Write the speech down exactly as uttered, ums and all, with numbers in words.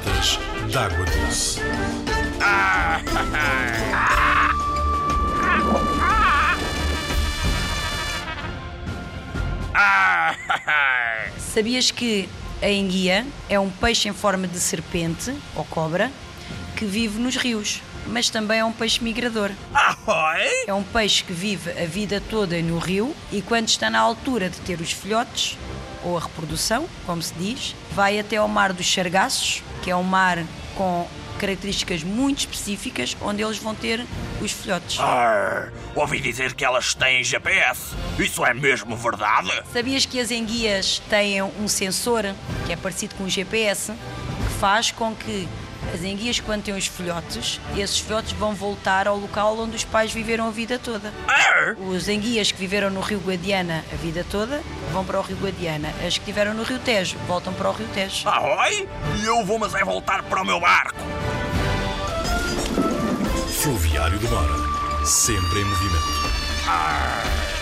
latas d'água doce. Sabias que a enguia é um peixe em forma de serpente, ou cobra, que vive nos rios, mas também é um peixe migrador. É um peixe que vive a vida toda no rio e quando está na altura de ter os filhotes, ou a reprodução, como se diz, vai até ao mar dos Sargassos, que é um mar com características muito específicas, onde eles vão ter os filhotes. Arr, ouvi dizer que elas têm G P S. Isso é mesmo verdade? Sabias que as enguias têm um sensor, que é parecido com o G P S, que faz com que as enguias, quando têm os filhotes, esses filhotes vão voltar ao local onde os pais viveram a vida toda. Arr. Os enguias que viveram no Rio Guadiana a vida toda vão para o Rio Guadiana. As que estiveram no Rio Tejo voltam para o Rio Tejo. Ahoi! E eu vou mas é voltar para o meu barco. Fluviário do Mar, sempre em movimento. Arr.